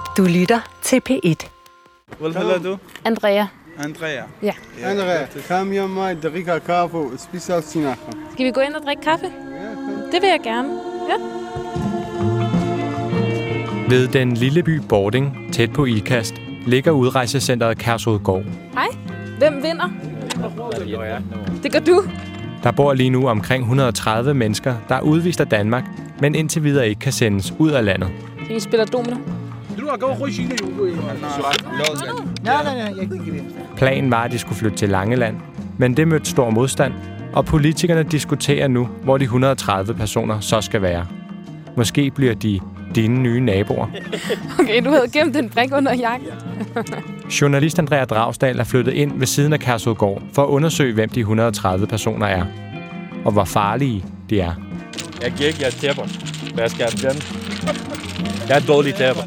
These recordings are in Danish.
Du lytter til P1. Hvad hedder du? Andrea. Andrea. Ja. Andrea, kom hjem med drikker kaffe og spiser snakker. Skal vi gå ind og drikke kaffe? Det vil jeg gerne. Ja. Ved den lille by Bording, tæt på Ikast, ligger udrejsecentret Kærshovedgård. Hej. Hvem vinder? Det gør du. Der bor lige nu omkring 130 mennesker, der er udvist af Danmark, men indtil videre ikke kan sendes ud af landet. Skal vi spille domino? Planen var, at de skulle flytte til Langeland, men det mødte stor modstand, og politikerne diskuterer nu, hvor de 130 personer så skal være. Måske bliver de dine nye naboer. Okay, du havde gemt en brik under jakken. Journalist Andrea Dragsdal er flyttet ind ved siden af Kærshovedgård for at undersøge, hvem de 130 personer er, og hvor farlige de er. Jeg giver ikke jer tæpper. Hvad skal jeg fjerne? Jeg er dårlig tæpper.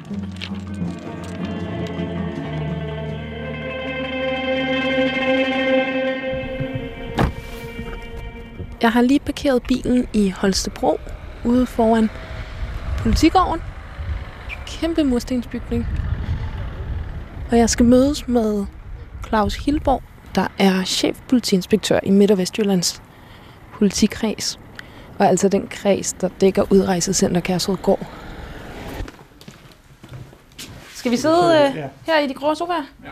Jeg har lige parkeret bilen i Holstebro ude foran Politigården. Kæmpe murstensbygning. Og jeg skal mødes med Claus Hilborg, der er chefpolitiinspektør i Midt- og Vestjyllands politikreds. Og altså den kreds, der dækker udrejsecenter Kærshovedgård. Skal vi sidde her i de grå sofaer? Ja.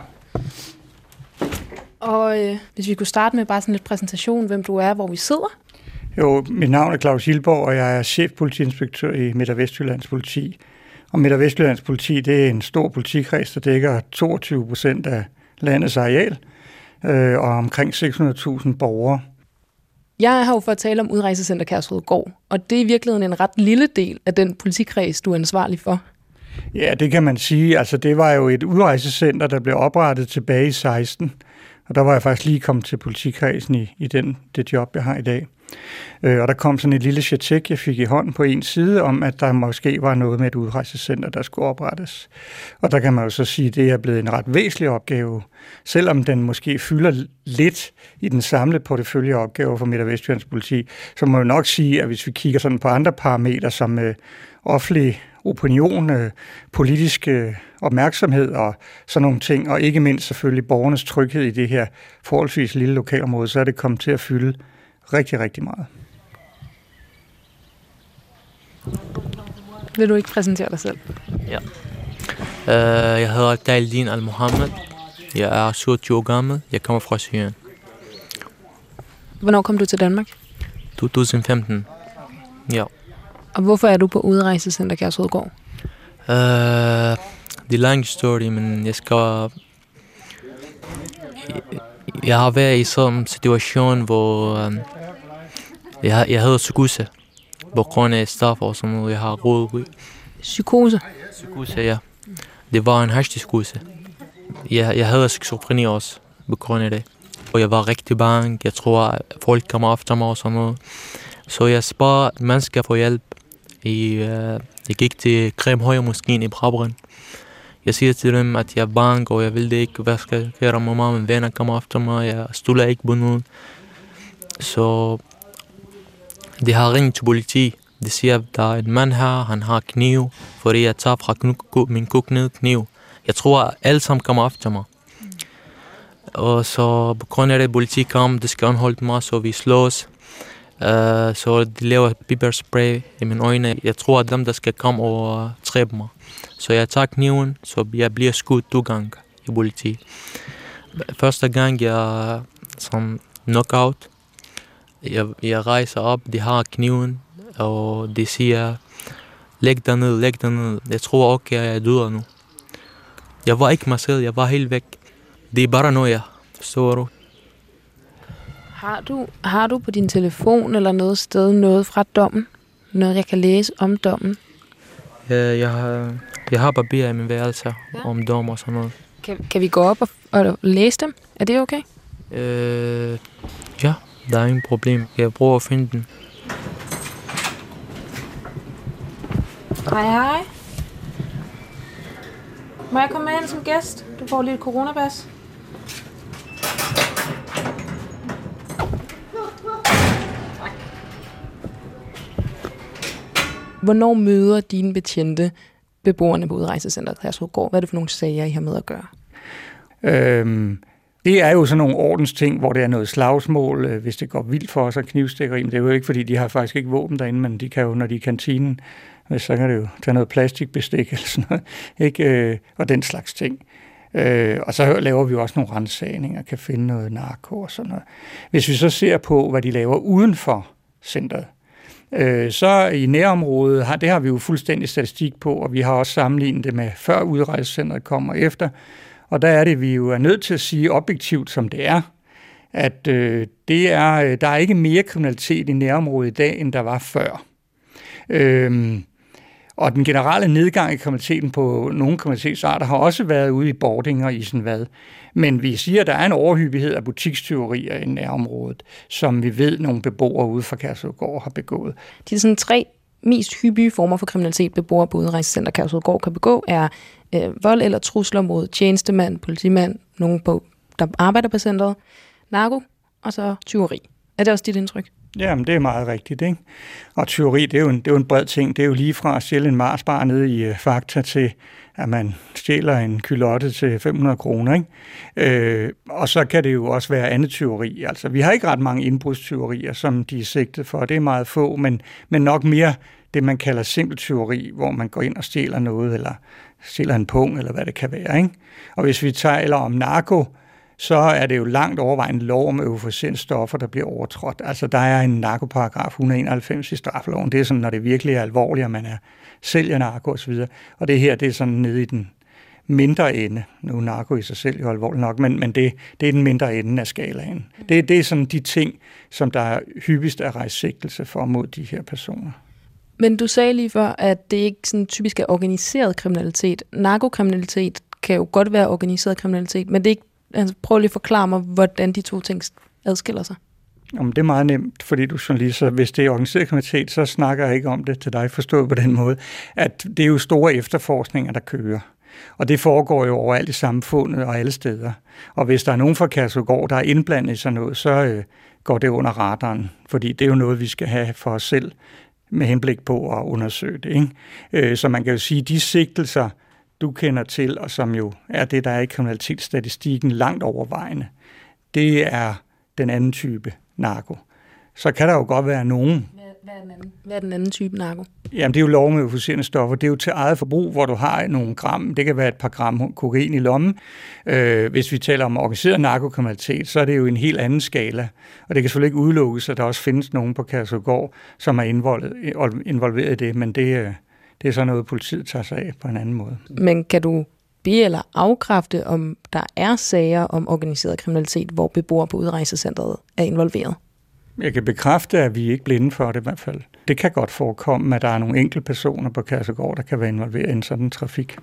Og hvis vi kunne starte med bare sådan lidt præsentation, hvem du er, hvor vi sidder. Jo, mit navn er Claus Hilborg, og jeg er chefpolitiinspektør i Midt- og Vestjyllands politi. Og Midt- og Vestjyllands politi, det er en stor politikreds, der dækker 22% af landets areal og omkring 600.000 borgere. Jeg er her jo for at tale om udrejsecenter Kærshovedgård, og det er i virkeligheden en ret lille del af den politikreds, du er ansvarlig for. Ja, det kan man sige. Altså, det var jo et udrejsecenter, der blev oprettet tilbage i 16, og der var jeg faktisk lige kommet til politikredsen i det job, jeg har i dag. Og der kom sådan et lille chatek, jeg fik i hånden på en side, om at der måske var noget med et udrejsecenter, der skulle oprettes. Og der kan man jo så sige, at det er blevet en ret væsentlig opgave, selvom den måske fylder lidt i den samlede porteføljeopgave for Midt- og Vestjyllands politi, så må jeg nok sige, at hvis vi kigger sådan på andre parametre som offentlig opinion, politisk opmærksomhed og sådan nogle ting, og ikke mindst selvfølgelig borgernes tryghed i det her forholdsvis lille lokalområde, så er det kommet til at fylde rigtig, rigtig meget. Vil du ikke præsentere dig selv? Ja. Jeg hedder Daldin Al-Mohammed. Jeg er 27 år gammel. Jeg kommer fra Syrien. Hvornår kom du til Danmark? 2015. Ja. Og hvorfor er du på udrejsecenter Kærshovedgård? Det er lang historie, men jeg har været i sådan en situation, hvor jeg havde psykose på grund af stoffer og sådan noget. Jeg har råd. Psykose? Psykose, ja. Det var en hashpsykose. Jeg havde skizofreni også på grund af det. Og jeg var rigtig bange. Jeg tror, at folk kommer efter mig og sådan noget. Så jeg spørger mennesker for hjælp. Jeg gik til Kremhøjermoskeen i Brabrand. Jeg siger til dem, at jeg er bange, og jeg vil det ikke. Hvad skal jeg gøre med mig? Mine venner kommer efter mig. Jeg stoler ikke på nogen. Så de har ringet til politi. De siger, at der er en mand her, han har kniv, fordi jeg tager fra min koknede kniv. Jeg tror, at alle sammen kommer efter mig. Og så på grund af det, politi kom, de skal anholde mig, så vi slås. Så de laver peberspray i mine øjne. Jeg tror, at dem, der skal komme og træbe mig. Så jeg tager kniven, så jeg bliver skudt 2 gange i politi. Første gang, jeg som knockout. Jeg rejser op, de har kniven, og de siger, læg dig ned, læg dig ned. Jeg tror, okay, jeg er død nu. Jeg var ikke mig selv, jeg var helt væk. Det er bare noget, jeg forstår du. Har du på din telefon eller noget sted noget fra dommen? Noget, jeg kan læse om dommen? Jeg har papirer i min værelse om dom og sådan noget. Kan vi gå op og læse dem? Er det okay? Ja, der er ingen problem. Jeg prøver at finde den. Hej. Må jeg komme med ind som gæst? Du får lige et coronapas. Hvornår møder dine betjente beboerne på udrejsecenteret Kærshovedgård? Hvad er det for nogle sager, I har med at gøre? Det er jo sådan nogle ordensting, hvor det er noget slagsmål, hvis det går vildt for os og knivstikkeri. Men det er jo ikke, fordi de har faktisk ikke våben derinde, men de kan jo, når de er i kantinen, så kan det jo tage noget plastikbestik eller sådan noget, ikke? Og den slags ting. Og så laver vi jo også nogle ransagninger, kan finde noget narko og sådan noget. Hvis vi så ser på, hvad de laver uden for centret, så i nærområdet, det har vi jo fuldstændig statistik på, og vi har også sammenlignet det med før udrejsecentret kommer efter. Og der er det, vi jo er nødt til at sige objektivt, som det er, at der er ikke mere kriminalitet i nærområdet i dag, end der var før. Og den generelle nedgang i kriminaliteten på nogle kriminalitetsarter har også været ude i Bording og Issenvad. Men vi siger, at der er en overhyppighed af butikstyverier i nærområdet, som vi ved, nogle beboere ude fra Kærshovedgård har begået. De sådan 3 mest hyppige former for kriminalitet, beboere på udrejsecenter Kærshovedgård kan begå, er vold eller trusler mod tjenestemand, politimand, nogen der arbejder på centret, narko og så tyveri. Er det også dit indtryk? Jamen, det er meget rigtigt, ikke? Og tyveri, det er jo en bred ting. Det er jo lige fra at stjæle en Marsbar nede i Fakta til, at man stjæler en kylotte til 500 kroner, ikke? Og så kan det jo også være andet tyveri. Altså, vi har ikke ret mange indbrudstyverier, som de er sigtet for. Det er meget få, men nok mere det, man kalder simpelt tyveri, hvor man går ind og stjæler noget, eller stjæler en pung, eller hvad det kan være, ikke? Og hvis vi taler om narko, så er det jo langt overvejende lov om euforiserende stoffer, der bliver overtrådt. Altså, der er en narkoparagraf 191 i straffeloven. Det er sådan, når det virkelig er alvorligt, og man sælger narko osv. Og det her, det er sådan nede i den mindre ende. Nu er narko i sig selv jo alvorligt nok, men det er den mindre ende af skalaen. Det er sådan de ting, som der er hyppigst at rejse sigtelse for mod de her personer. Men du sagde lige før, at det ikke sådan typisk er organiseret kriminalitet. Narkokriminalitet kan jo godt være organiseret kriminalitet, men det er ikke. Altså, prøv lige at forklare mig, hvordan de to ting adskiller sig. Jamen, det er meget nemt, fordi du journalist, så hvis det er organiseret kriminalitet, så snakker jeg ikke om det til dig, forstået på den måde, at det er jo store efterforskninger, der kører. Og det foregår jo overalt i samfundet og alle steder. Og hvis der er nogen fra Kærshovedgård, der er indblandet i sådan noget, så går det under radaren, fordi det er jo noget, vi skal have for os selv med henblik på at undersøge det, ikke? Så man kan jo sige, at de sigtelser, du kender til, og som jo er det, der er i kriminalitetsstatistikken langt overvejende, det er den anden type narko. Så kan der jo godt være nogen. Hvad er den anden type narko? Jamen, det er jo lov med euforiserende stoffer. Det er jo til eget forbrug, hvor du har nogle gram. Det kan være et par gram kokain i lommen. Hvis vi taler om organiseret narkokriminalitet, så er det jo en helt anden skala. Og det kan selvfølgelig ikke udelukkes, at der også findes nogen på Kærshovedgård, som er involveret i det, men det er så noget, politiet tager sig af på en anden måde. Men kan du be- eller afkræfte, om der er sager om organiseret kriminalitet, hvor beboere på udrejsecentret er involveret? Jeg kan bekræfte, at vi er ikke blinde for det i hvert fald. Det kan godt forekomme, at der er nogle enkelte personer på Kærshovedgård, der kan være involveret i en sådan trafik.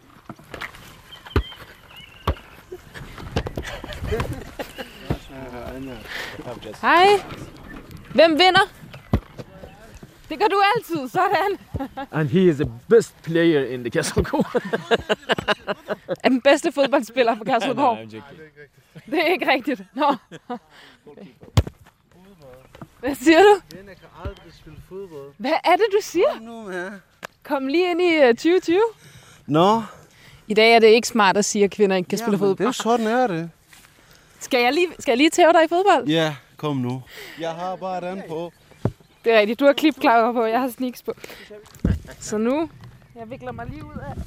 Hej. Hvem vinder? Det gør du altid, sådan. And he is the best player in the Kærshovedgård. Er den bedste fodboldspiller på Kærshovedgård? Nej, det er ikke rigtigt. Nå. Okay. Hvad siger du? Jeg kan aldrig spille fodbold. Hvad er det, du siger? Kom lige ind i 2020. Nå. I dag er det ikke smart at sige, at kvinder ikke kan spille fodbold. Det er sådan er det. Skal jeg lige tæve dig i fodbold? Ja, kom nu. Jeg har bare den på. Det er rigtigt. Du har klipklapper på, jeg har sneaks på. Så nu, jeg vikler mig lige ud af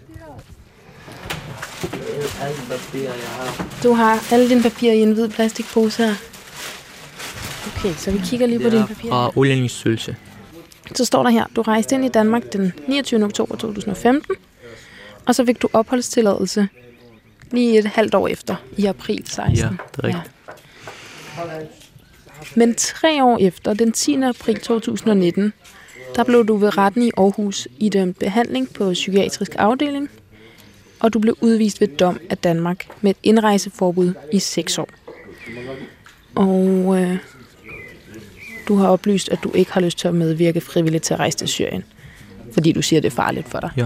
de her. Du har alle dine papirer i en hvid plastikpose her. Okay, så vi kigger lige på dine papirer. Det er fra Udlændingsstyrelsen. Så står der her, du rejste ind i Danmark den 29. oktober 2015, og så fik du opholdstilladelse lige et halvt år efter, i april 16. Ja, det er rigtigt. Ja. Men 3 år efter, den 10. april 2019, der blev du ved retten i Aarhus idømt behandling på psykiatrisk afdeling, og du blev udvist ved dom af Danmark med et indrejseforbud i 6 år. Og du har oplyst, at du ikke har lyst til at medvirke frivilligt til at rejse til Syrien, fordi du siger, det er farligt for dig. Ja.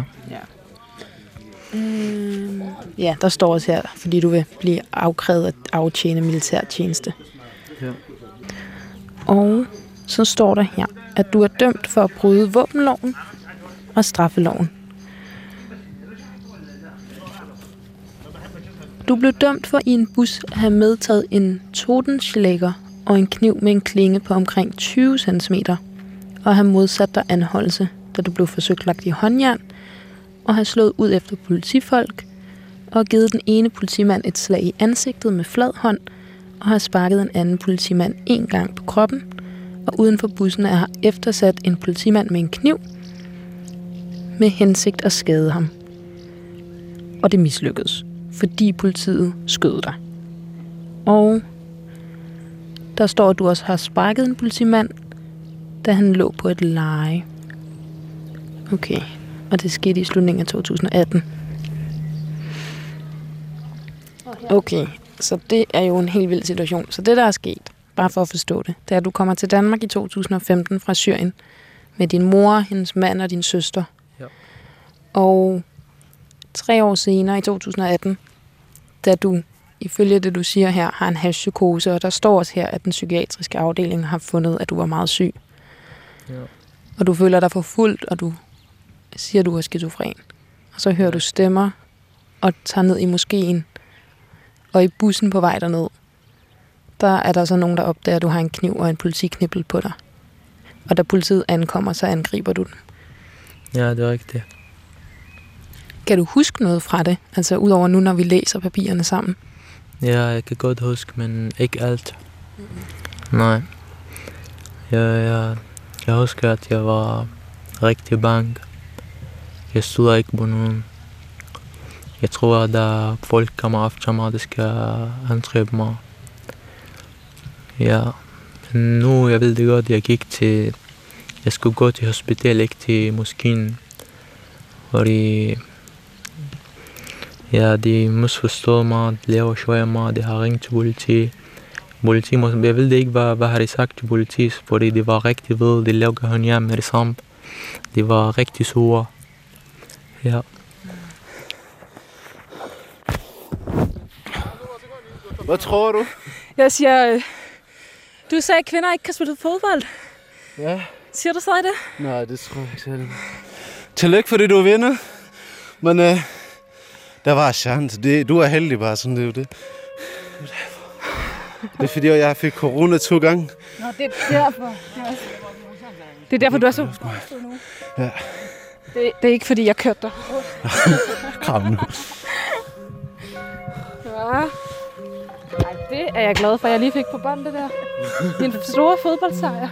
Ja, der står også her, fordi du vil blive afkrævet at aftjene militærtjeneste. Ja. Og så står der her, at du er dømt for at bryde våbenloven og straffeloven. Du blev dømt for i en bus at have medtaget en Totenschläger og en kniv med en klinge på omkring 20 cm, og have modsat dig anholdelse, da du blev forsøgt lagt i håndjern, og have slået ud efter politifolk, og givet den ene politimand et slag i ansigtet med flad hånd, og have sparket en anden politimand 1 gang på kroppen, og uden for bussen er eftersat en politimand med en kniv, med hensigt at skade ham. Og det mislykkedes, fordi politiet skød dig. Og der står, at du også har sparket en politimand, da han lå på et leje. Okay, og det skete i slutningen af 2018. Okay, så det er jo en helt vild situation. Så det, der er sket, bare for at forstå det, det er, at du kommer til Danmark i 2015 fra Syrien med din mor, hendes mand og din søster. Ja. Og 3 år senere, i 2018, da du, ifølge det, du siger her, har en hashpsykose, og der står også her, at den psykiatriske afdeling har fundet, at du var meget syg. Ja. Og du føler dig forfulgt, og du siger, at du er skizofren. Og så hører du stemmer og tager ned i moskéen. Og i bussen på vej derned, der er der så nogen, der opdager, at du har en kniv og en politiknibbel på dig. Og da politiet ankommer, så angriber du den. Ja, det er rigtigt. Kan du huske noget fra det? Altså udover nu, når vi læser papirerne sammen? Ja, jeg kan godt huske, men ikke alt. Nej. Jeg husker, at jeg var rigtig bange. Jeg stod ikke på nogen. Jeg tror, at folk kommer efter mig, der skal angribe mig. Ja, men nu jeg ved det godt, jeg skulle gå til hospital, ikke til moskeen. Fordi ja, de misforstod mig, de laver sjov af mig, de har ringet til politi. Jeg ved ikke, hvad har de sagt til politi, fordi de var rigtig ved, de lavede hende hjem med det samme. De var rigtig sure. Ja. Hvad tror du? Jeg siger, du sagde, at kvinder ikke kan spille fodbold. Ja. Siger du så det? Nej, det tror jeg ikke selv. Tillykke, fordi du vinder. Men der var chance. Du er heldig bare, sådan det er jo det. Det er fordi, jeg fik corona 2 gange. Nå, det er derfor. Det er derfor, du er så nu. Ja. Det er ikke fordi, jeg kørte dig. Kram nu. Ja. Nej, det er jeg glad for, jeg lige fik på bånd, det der. Din store fodboldsejr.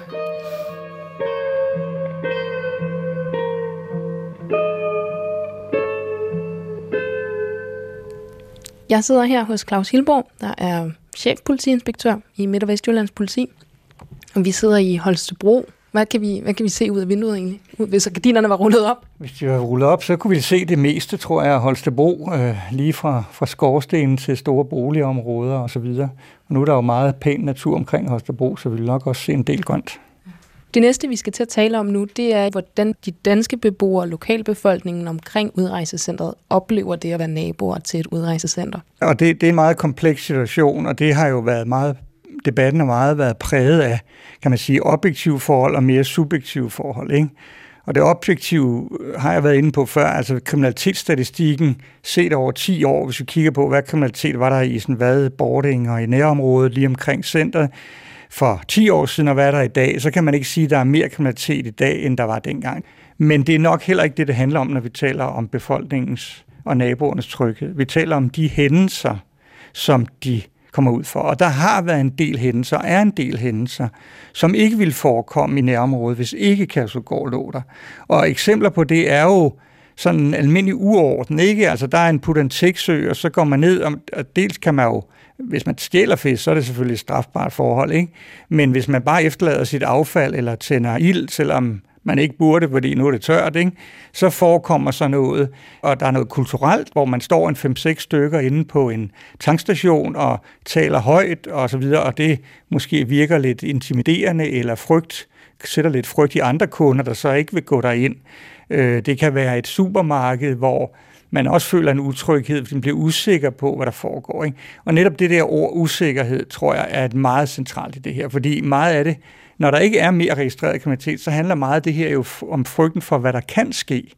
Jeg sidder her hos Claus Hilborg, der er chefpolitiinspektør i Midt- og Vestjyllands politi. Og vi sidder i Holstebro. Hvad kan vi se ud af vinduet egentlig? Hvis gardinerne var rullet op? Hvis de var rullet op, så kunne vi se det meste, tror jeg, af Holstebro. Lige fra skorstenen til store boligområder og så videre. Og nu er der jo meget pæn natur omkring Holstebro, så vi vil nok også se en del grønt. Det næste, vi skal til at tale om nu, det er, hvordan de danske beboere og lokalbefolkningen omkring udrejsecentret oplever det at være naboer til et udrejsecenter. Og det er en meget kompleks situation, og det har jo været meget, debatten har meget været præget af, kan man sige, objektive forhold og mere subjektive forhold, ikke? Og det objektive har jeg været inde på før, altså kriminalitetsstatistikken set over 10 år, hvis vi kigger på, hvad kriminalitet var der i sådan hvad boarding og i nærområdet lige omkring centret, for 10 år siden og hvad der i dag, så kan man ikke sige, at der er mere kriminalitet i dag, end der var dengang. Men det er nok heller ikke det handler om, når vi taler om befolkningens og naboernes tryghed. Vi taler om de hændelser, som de kommer ud for. Og der har været en del hændelser, er en del hændelser, som ikke vil forekomme i nærområdet, hvis ikke Kærshovedgård lå der. Og eksempler på det er jo sådan en almindelig uorden, ikke? Altså der er en Pudanteksø, og så går man ned, og dels kan man jo, hvis man stjæler fisk, så er det selvfølgelig et strafbart forhold, ikke? Men hvis man bare efterlader sit affald eller tænder ild, selvom man ikke burde, fordi nu er det tørt, ikke? Så forekommer så noget, og der er noget kulturelt, hvor man står en 5-6 stykker inde på en tankstation og taler højt og så videre, og det måske virker lidt intimiderende eller sætter lidt frygt i andre kunder, der så ikke vil gå derind. Det kan være et supermarked, hvor man også føler en utryghed, fordi man bliver usikker på, hvad der foregår, ikke? Og netop det der ord usikkerhed, tror jeg, er et meget centralt i det her, fordi meget af det, når der ikke er mere registreret kriminalitet, så handler meget af det her jo om frygten for, hvad der kan ske.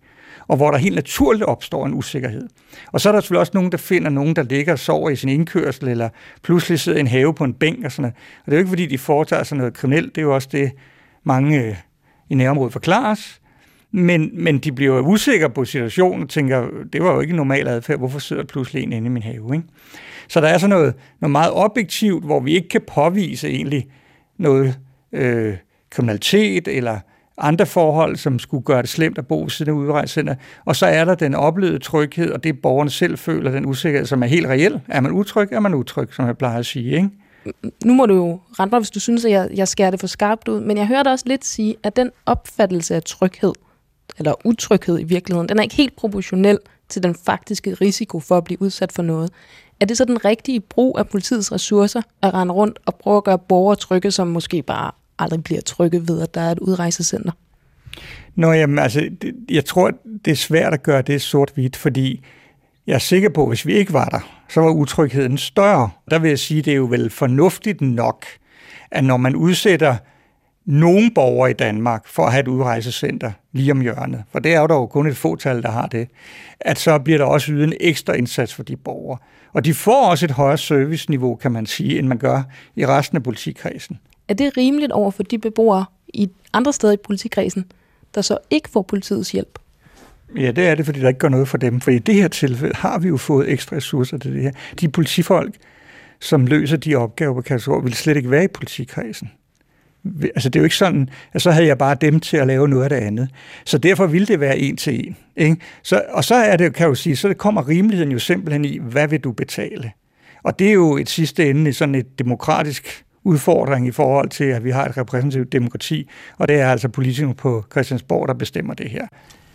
og hvor der helt naturligt opstår en usikkerhed. Og så er der selvfølgelig også nogen, der finder nogen, der ligger og sover i sin indkørsel, eller pludselig sidder i en have på en bænk og sådan noget. Og det er jo ikke, fordi de foretager sig noget kriminelt, det er jo også det, mange i nærområdet forklares. Men de bliver jo usikre på situationen og tænker, det var jo ikke en normal adfærd, hvorfor sidder der pludselig en inde i min have, ikke? Så der er sådan noget meget objektivt, hvor vi ikke kan påvise egentlig noget kriminalitet eller andre forhold, som skulle gøre det slemt at bo ved siden af udrejsecenter. Og så er der den oplevede tryghed, og det borgerne selv føler, den usikkerhed, som er helt reel. Er man utryg, som jeg plejer at sige, ikke? Nu må du jo rette mig, hvis du synes, at jeg skærer det for skarpt ud, men jeg hørte også lidt sige, at den opfattelse af tryghed, eller utryghed i virkeligheden, den er ikke helt proportionel til den faktiske risiko for at blive udsat for noget. Er det så den rigtige brug af politiets ressourcer at rende rundt og prøve at gøre borgere trygge, som måske bare aldrig bliver trygge ved, at der er et udrejsecenter? Jamen, altså, jeg tror, det er svært at gøre det sort-hvidt, fordi jeg er sikker på, at hvis vi ikke var der, så var utrygheden større. Der vil jeg sige, at det er jo vel fornuftigt nok, at når man udsætter nogle borgere i Danmark for at have et udrejsecenter lige om hjørnet, for det er jo dog kun et fåtal, der har det, at så bliver der også ydet en ekstra indsats for de borgere. Og de får også et højere serviceniveau, kan man sige, end man gør i resten af politikredsen. Er det rimeligt over for de beboere i andre steder i politikredsen, der så ikke får politiets hjælp? Ja, det er det, fordi der ikke gør noget for dem. For i det her tilfælde har vi jo fået ekstra ressourcer til det her. De politifolk, som løser de opgaver på Kærshovedgård, vil slet ikke være i politikredsen. Altså det er jo ikke sådan, at så havde jeg bare dem til at lave noget af det andet. Så derfor ville det være en til en. Ikke? Og så er det, kan jeg jo sige, så kommer rimeligheden jo simpelthen i, hvad vil du betale? Og det er jo et sidste ende i sådan et demokratisk udfordring i forhold til, at vi har et repræsentativt demokrati, og det er altså politikerne på Christiansborg, der bestemmer det her.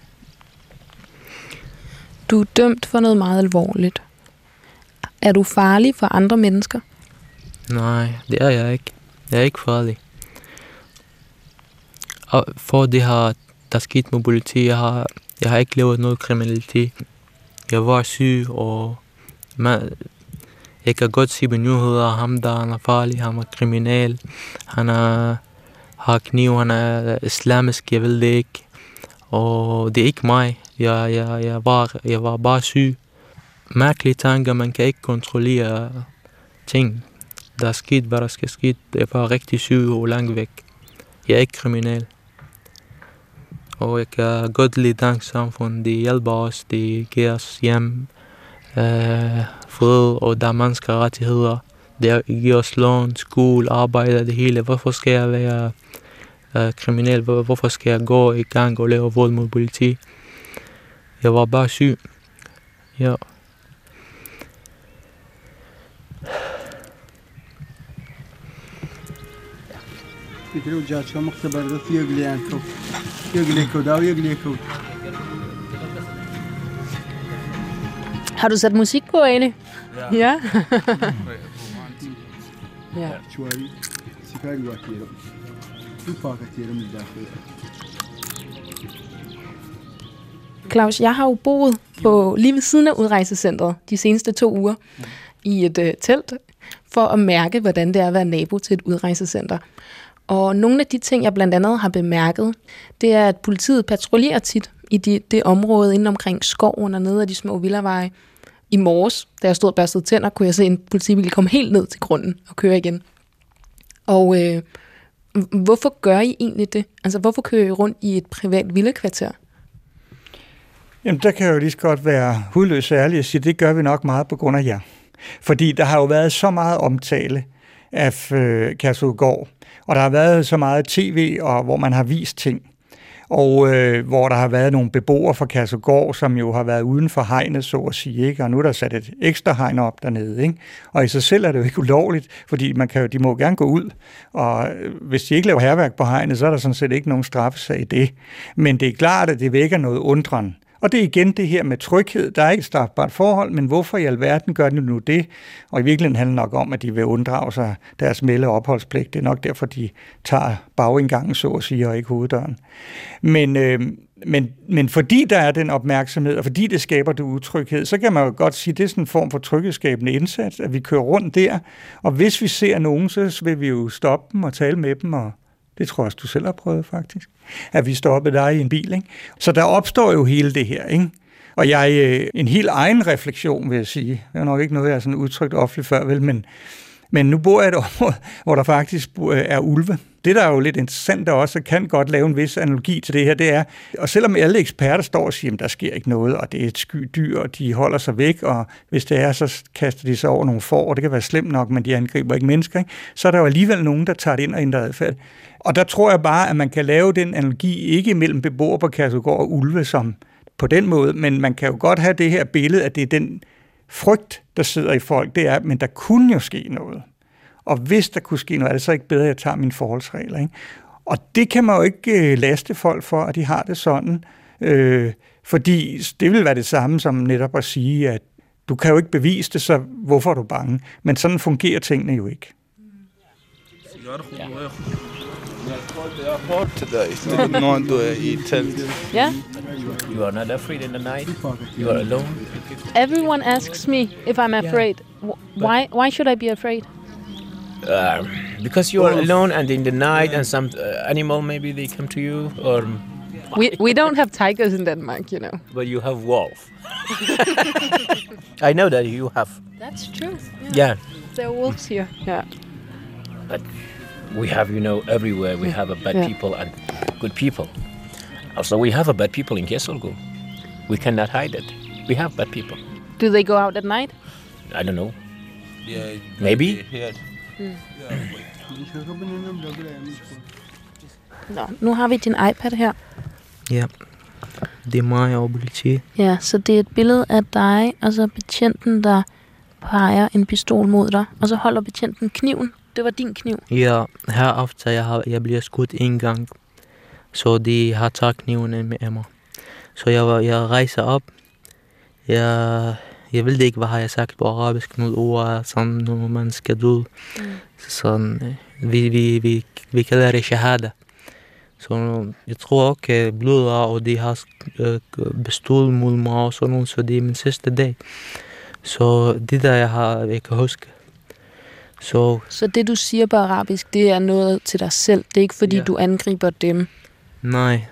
Du er dømt for noget meget alvorligt. Er du farlig for andre mennesker? Nej, det er jeg ikke. Jeg er ikke farlig. Og for det her, der skete med politi, jeg har ikke lavet noget kriminalitet. Jeg var syg, og jeg kan godt sige på nyheder, ham der han er farlig, han er kriminel, han har kniv, han er islamisk, jeg ved det ikke. Og det er ikke mig, jeg var bare syg. Mærkelige tanker, man kan ikke kontrollere ting. Der er sket, hvad der skal ske. Jeg var rigtig syg og langt væk. Jeg er ikke kriminel. Og jeg kan godt lide dansk samfund. Det hjælper os, det giver os hjem, fred, og der er menneskerettigheder. Det giver os lån, skole, arbejde, det hele. Hvorfor skal jeg være kriminel? Hvorfor skal jeg gå i gang og lave vold mod politi? Jeg var bare syg. Ja. Har du sat musik på, Ali? Ja. Ja. Claus, jeg har jo boet lige ved siden af udrejsecentret de seneste 2 uger i et telt for at mærke, hvordan det er at være nabo til et udrejsecenter. Og nogle af de ting, jeg blandt andet har bemærket, det er, at politiet patruljerer tit i det område inde omkring skoven og nede af de små villaveje. I morges, da jeg stod og børstede tænder, kunne jeg se en politibil komme helt ned til grunden og køre igen. Og hvorfor gør I egentlig det? Altså, hvorfor kører I rundt i et privat villakvarter? Jamen, der kan jeg jo lige så godt være hudløs ærlig og sige, at det gør vi nok meget på grund af jer. Fordi der har jo været så meget omtale af Kærshovedgård, og der har været så meget tv, og hvor man har vist ting. Og hvor der har været nogle beboere fra Kærshovedgård, som jo har været uden for hegnet, så at sige, ikke? Og nu er der sat et ekstra hegn op dernede, ikke? Og i sig selv er det jo ikke ulovligt, fordi de må gerne gå ud, og hvis de ikke laver hærværk på hegnet, så er der sådan set ikke nogen straffesag i det. Men det er klart, at det vækker noget undren. Og det er igen det her med tryghed. Der er ikke et strafbart forhold, men hvorfor i alverden gør de nu det? Og i virkeligheden handler det nok om, at de vil unddrage sig deres melde opholdspligt. Det er nok derfor, de tager bagindgangen, så at sige, og ikke hoveddøren. Men fordi der er den opmærksomhed, og fordi det skaber det utryghed, så kan man jo godt sige, at det er sådan en form for tryghedsskabende indsats, at vi kører rundt der. Og hvis vi ser nogen, så vil vi jo stoppe dem og tale med dem, og Det tror jeg også, du selv har prøvet, faktisk. At vi stoppede dig i en bil, ikke? Så der opstår jo hele det her, ikke? Og en helt egen refleksion, vil jeg sige. Det er nok ikke noget, jeg har sådan udtrykt offentligt før, vel? Men nu bor jeg i et område, hvor der faktisk er ulve. Det, der er jo lidt interessant, der også kan godt lave en vis analogi til det her, det er, og selvom alle eksperter står og siger, at der sker ikke noget, og det er et sky dyr, og de holder sig væk, og hvis det er, så kaster de sig over nogle får, og det kan være slemt nok, men de angriber ikke mennesker, ikke? Så er der jo alligevel nogen, der tager det ind og ændrer adfærd. Og der tror jeg bare, at man kan lave den analogi ikke mellem beboere på Kærshovedgård og ulve, som på den måde, men man kan jo godt have det her billede, at det er den frygt, der sidder i folk, det er, men der kunne jo ske noget. Og hvis der kunne ske noget, er det så ikke bedre, at jeg tager mine forholdsregler, ikke? Og det kan man jo ikke laste folk for, at de har det sådan, fordi det vil være det samme som netop at sige, at du kan jo ikke bevise det, så hvorfor er du bange? Men sådan fungerer tingene jo ikke. Yeah? You are not afraid in the night? You are alone? Everyone asks me if I'm afraid. Why should I be afraid? Because you are alone and in the night and some animal maybe they come to you or... We don't have tigers in Denmark, you know. But you have wolf. I know that you have. That's true. Yeah. There are wolves here. Yeah. But we have, everywhere we have a bad people and good people. Also, we have a bad people in Kærshovedgård. We cannot hide it. We have bad people. Do they go out at night? I don't know. Yeah. Maybe. Nå, nu har vi din iPad her. Ja, det er mig og politiet. Ja, så det er et billede af dig, og så betjenten, der peger en pistol mod dig, og så holder betjenten kniven. Det var din kniv. Ja, herefter jeg bliver skudt en gang, så de har taget kniven med mig. Så jeg rejser op. Jeg ved ikke, hvad har jeg sagt på arabisk, nogle ord, sådan, når man skal døde. Sådan, vi kalder det shahada. Så jeg tror også bløder, og de har bestået mod mig og sådan noget, så det er min sidste dag. Så det der, jeg kan huske. Så det, du siger på arabisk, det er noget til dig selv? Det er ikke, fordi du angriber dem? Nej.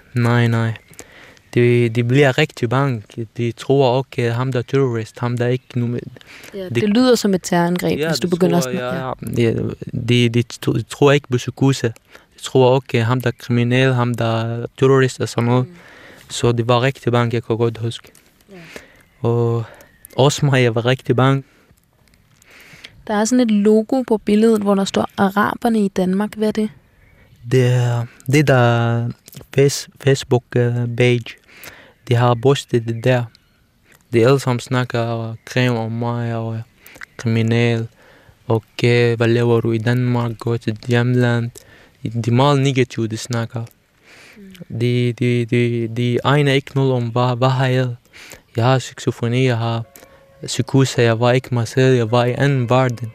De bliver rigtig bange. De tror også, at ham der er terrorist, ham der er ikke nu. Ja, det lyder som et terrorangreb, hvis du begynder sådan. De tror ikke på psykose. De tror også, at ham der er kriminel, ham der er terrorist og sådan noget. Så de var rigtig bange, jeg kan godt huske. Og også mig, jeg var rigtig bange. Der er sådan et logo på billedet, hvor der står araberne i Danmark. Hvad er det? Det der Facebook-page. De har postet det der. De alle sammen snakker kræver om mig og kriminel. Og hvad laver du i Danmark? Gå til dit hjemland. De er meget negative, de snakker. De egner ikke noget om, hvad har jeg? Jeg har skizofreni, jeg har psykose, jeg var ikke mig selv, jeg var i anden verden.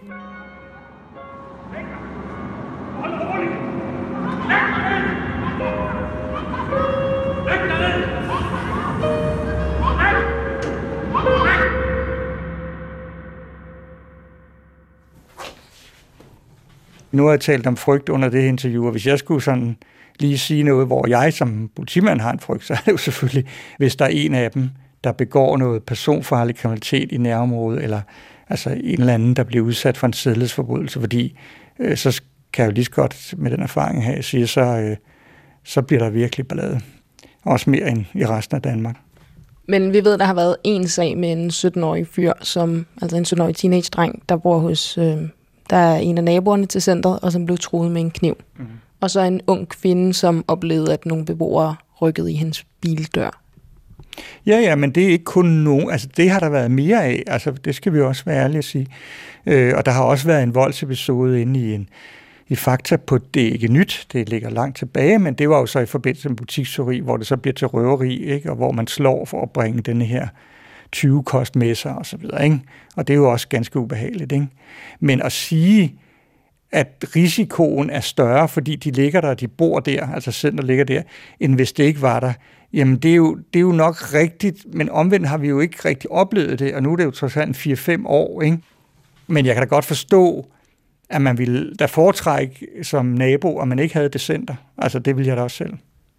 Nu har jeg talt om frygt under det interview, og hvis jeg skulle sådan lige sige noget, hvor jeg som politimand har en frygt, så er det jo selvfølgelig, hvis der er en af dem, der begår noget personfarlig kriminalitet i nærområdet, eller altså en eller anden, der bliver udsat for en sædelighedsforbrydelse, fordi så kan jeg jo lige så godt med den erfaring her sige, så bliver der virkelig ballade. Også mere end i resten af Danmark. Men vi ved, der har været en sag med en 17-årig fyr, altså en 17-årig teenage-dreng, der bor hos... Der er en af naboerne til centret, og som blev truet med en kniv. Og så en ung kvinde, som oplevede, at nogle beboere rykkede i hendes bildør. Ja, men det er ikke kun nogen. Altså, det har der været mere af. Altså, det skal vi også være ærlige at sige. Og der har også været en voldsepisode inde i Fakta på Det er ikke nyt. Det ligger langt tilbage, men det var jo så i forbindelse med butikstyveri, hvor det så bliver til røveri, ikke? Og hvor man slår for at bringe denne her 20 kost med sig og så videre, ikke? Og det er jo også ganske ubehageligt, ikke? Men at sige, at risikoen er større, fordi de ligger der, de bor der, altså center ligger der, end hvis det ikke var der, jamen det er jo nok rigtigt, men omvendt har vi jo ikke rigtig oplevet det, og nu er det jo trods alt 4-5 år, ikke? Men jeg kan da godt forstå, at man ville da foretrække som nabo, at man ikke havde det center. Altså, det ville jeg da også selv.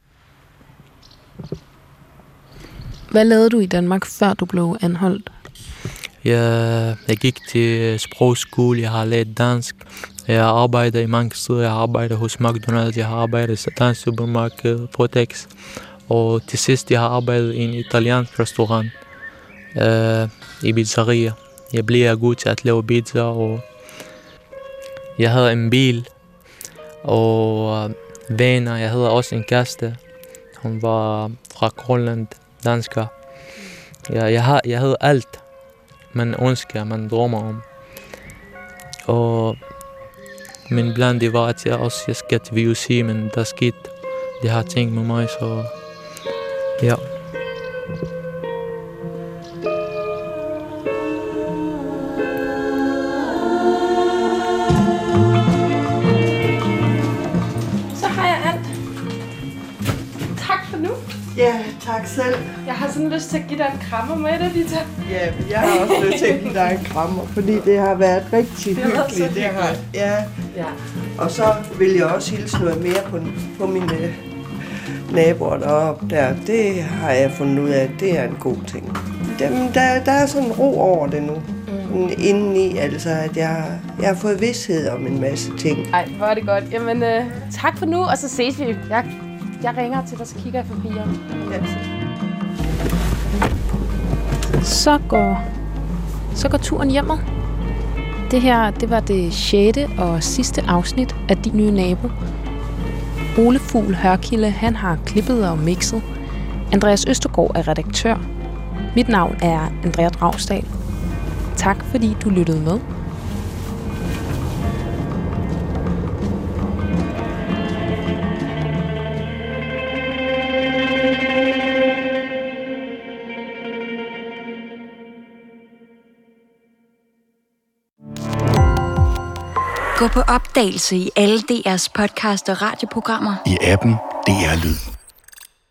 Hvad lavede du i Danmark, før du blev anholdt? Jeg gik til sprogskole, jeg har lært dansk. Jeg arbejder i mange steder. Jeg arbejder hos McDonald's, jeg har arbejdet i Satans Supermarked, Protex. Og til sidst, jeg har arbejdet i en italiensk restaurant i pizzeria. Jeg blev god til at lave pizza, og jeg havde en bil og venner. Jeg havde også en kæreste. Hun var fra Grønland, dansker. Jeg havde alt, man ønsker, man drømmer om. Og min plan, det var, at jeg skal til VUC, men der skete det her ting med mig, så ja. Så har jeg alt. Tak for nu. Ja, tak selv. Jeg har sådan lyst til at give dig en krammer med det, Vita. Ja, jeg har også lyst til at give dig en krammer, fordi det har været rigtig hyggeligt. Det har, ja. Og så vil jeg også hilse noget mere på mine naboer deroppe. Det har jeg fundet ud af, det er en god ting. Der er sådan ro over det nu. Indeni, altså at jeg har fået vished om en masse ting. Ej, hvor er det godt. Jamen, tak for nu, og så ses vi. Jeg ringer til dig, så kigger jeg forbi jer. Ja. Så går turen hjemad. Det her, det var det 6. og sidste afsnit af Din Nye Nabo. Ole Fugl Hørkilde, han har klippet og mixet. Andreas Østergaard er redaktør. Mit navn er Andrea Dragsdal. Tak fordi du lyttede med. Gå på opdagelse i alle DR's podcast og radioprogrammer. I appen DR Lyd.